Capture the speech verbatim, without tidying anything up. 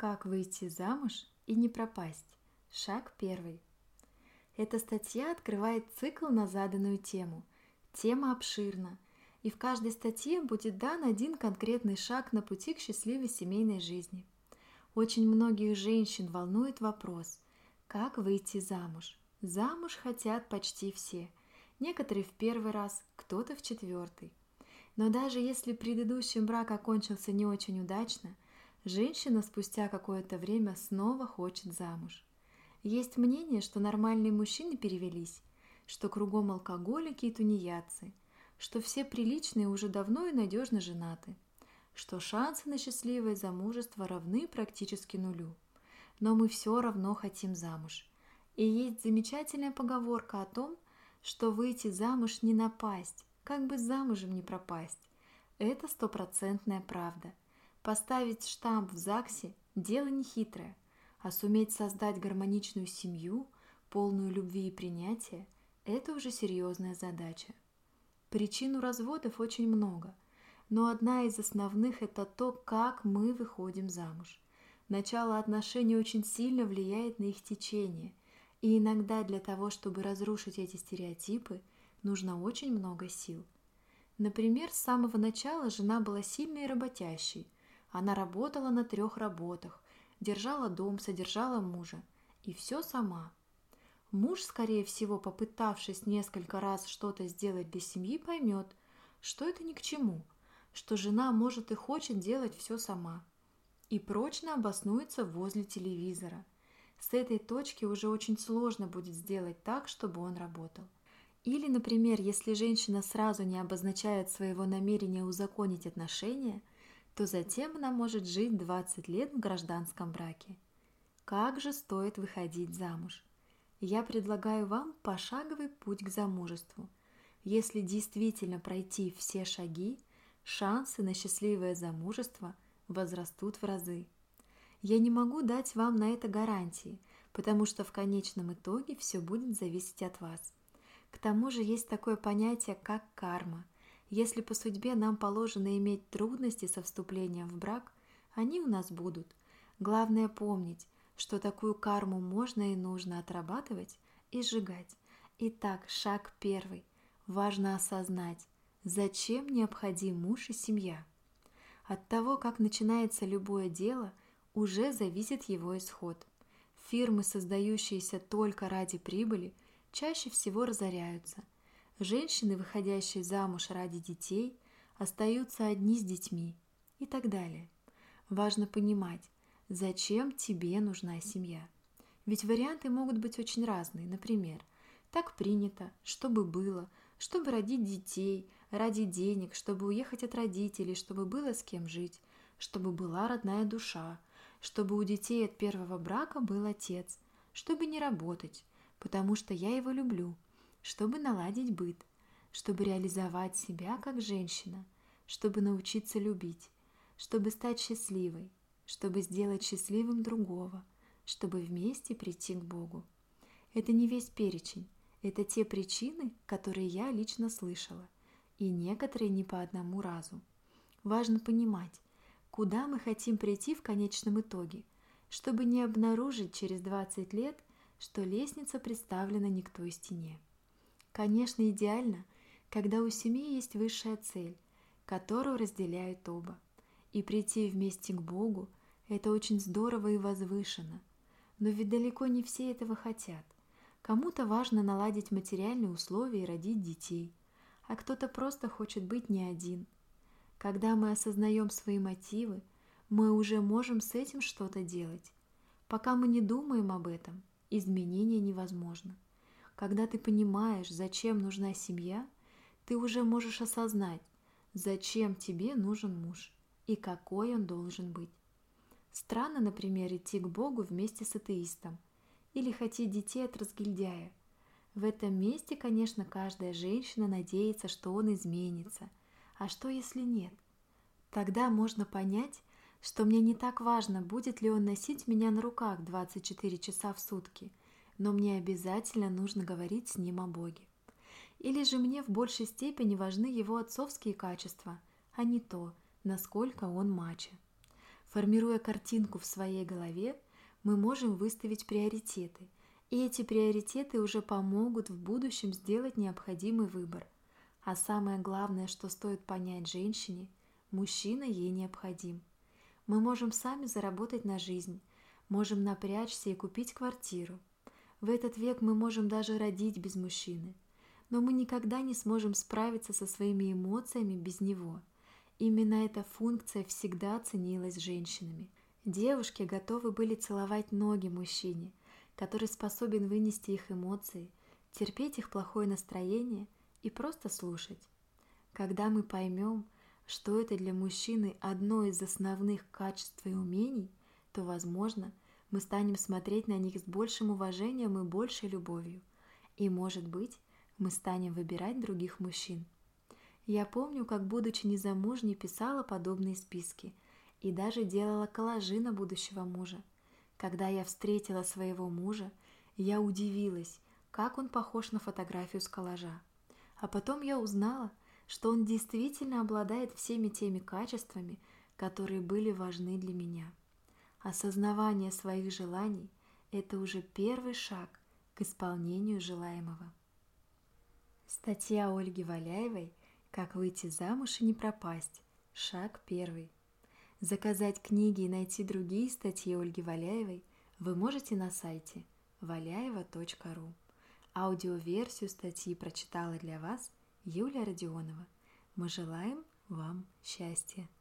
Как выйти замуж и не пропасть? Шаг первый. Эта статья открывает цикл на заданную тему. Тема обширна, и в каждой статье будет дан один конкретный шаг на пути к счастливой семейной жизни. Очень многих женщин волнует вопрос, как выйти замуж. Замуж хотят почти все. Некоторые в первый раз, кто-то в четвертый. Но даже если предыдущий брак окончился не очень удачно, женщина спустя какое-то время снова хочет замуж. Есть мнение, что нормальные мужчины перевелись, что кругом алкоголики и тунеядцы, что все приличные уже давно и надежно женаты, что шансы на счастливое замужество равны практически нулю. Но мы все равно хотим замуж. И есть замечательная поговорка о том, что выйти замуж не напасть, как бы замужем не пропасть. Это стопроцентная правда. Поставить штамп в ЗАГСе – дело нехитрое, а суметь создать гармоничную семью, полную любви и принятия – это уже серьезная задача. Причин у разводов очень много, но одна из основных – это то, как мы выходим замуж. Начало отношений очень сильно влияет на их течение, и иногда для того, чтобы разрушить эти стереотипы, нужно очень много сил. Например, с самого начала жена была сильной и работящей. Она работала на трех работах, держала дом, содержала мужа. И все сама. Муж, скорее всего, попытавшись несколько раз что-то сделать для семьи, поймет, что это ни к чему, что жена может и хочет делать все сама. И прочно обоснуется возле телевизора. С этой точки уже очень сложно будет сделать так, чтобы он работал. Или, например, если женщина сразу не обозначает своего намерения узаконить отношения, то затем она может жить двадцать лет в гражданском браке. Как же стоит выходить замуж? Я предлагаю вам пошаговый путь к замужеству. Если действительно пройти все шаги, шансы на счастливое замужество возрастут в разы. Я не могу дать вам на это гарантии, потому что в конечном итоге все будет зависеть от вас. К тому же есть такое понятие, как карма. Если по судьбе нам положено иметь трудности со вступлением в брак, они у нас будут. Главное помнить, что такую карму можно и нужно отрабатывать и сжигать. Итак, шаг первый. Важно осознать, зачем необходим муж и семья. От того, как начинается любое дело, уже зависит его исход. Фирмы, создающиеся только ради прибыли, чаще всего разоряются. Женщины, выходящие замуж ради детей, остаются одни с детьми и так далее. Важно понимать, зачем тебе нужна семья. Ведь варианты могут быть очень разные. Например, так принято, чтобы было, чтобы родить детей, ради денег, чтобы уехать от родителей, чтобы было с кем жить, чтобы была родная душа, чтобы у детей от первого брака был отец, чтобы не работать, потому что я его люблю, чтобы наладить быт, чтобы реализовать себя как женщина, чтобы научиться любить, чтобы стать счастливой, чтобы сделать счастливым другого, чтобы вместе прийти к Богу. Это не весь перечень, это те причины, которые я лично слышала, и некоторые не по одному разу. Важно понимать, куда мы хотим прийти в конечном итоге, чтобы не обнаружить через двадцать лет, что лестница представлена не к той стене. Конечно, идеально, когда у семьи есть высшая цель, которую разделяют оба. И прийти вместе к Богу – это очень здорово и возвышенно. Но ведь далеко не все этого хотят. Кому-то важно наладить материальные условия и родить детей, а кто-то просто хочет быть не один. Когда мы осознаем свои мотивы, мы уже можем с этим что-то делать. Пока мы не думаем об этом, изменения невозможно. Когда ты понимаешь, зачем нужна семья, ты уже можешь осознать, зачем тебе нужен муж и какой он должен быть. Странно, например, идти к Богу вместе с атеистом или хотеть детей от разгильдяя. В этом месте, конечно, каждая женщина надеется, что он изменится. А что, если нет? Тогда можно понять, что мне не так важно, будет ли он носить меня на руках двадцать четыре часа в сутки, но мне обязательно нужно говорить с ним о Боге. Или же мне в большей степени важны его отцовские качества, а не то, насколько он мачо. Формируя картинку в своей голове, мы можем выставить приоритеты, и эти приоритеты уже помогут в будущем сделать необходимый выбор. А самое главное, что стоит понять женщине, мужчина ей необходим. Мы можем сами заработать на жизнь, можем напрячься и купить квартиру. В этот век мы можем даже родить без мужчины. Но мы никогда не сможем справиться со своими эмоциями без него. Именно эта функция всегда ценилась женщинами. Девушки готовы были целовать ноги мужчине, который способен вынести их эмоции, терпеть их плохое настроение и просто слушать. Когда мы поймем, что это для мужчины одно из основных качеств и умений, то, возможно, мы станем смотреть на них с большим уважением и большей любовью. И, может быть, мы станем выбирать других мужчин. Я помню, как, будучи незамужней, писала подобные списки и даже делала коллажи на будущего мужа. Когда я встретила своего мужа, я удивилась, как он похож на фотографию с коллажа. А потом я узнала, что он действительно обладает всеми теми качествами, которые были важны для меня. Осознавание своих желаний – это уже первый шаг к исполнению желаемого. Статья Ольги Валяевой «Как выйти замуж и не пропасть. Шаг первый». Заказать книги и найти другие статьи Ольги Валяевой вы можете на сайте валяева точка ру. Аудиоверсию статьи прочитала для вас Юлия Родионова. Мы желаем вам счастья!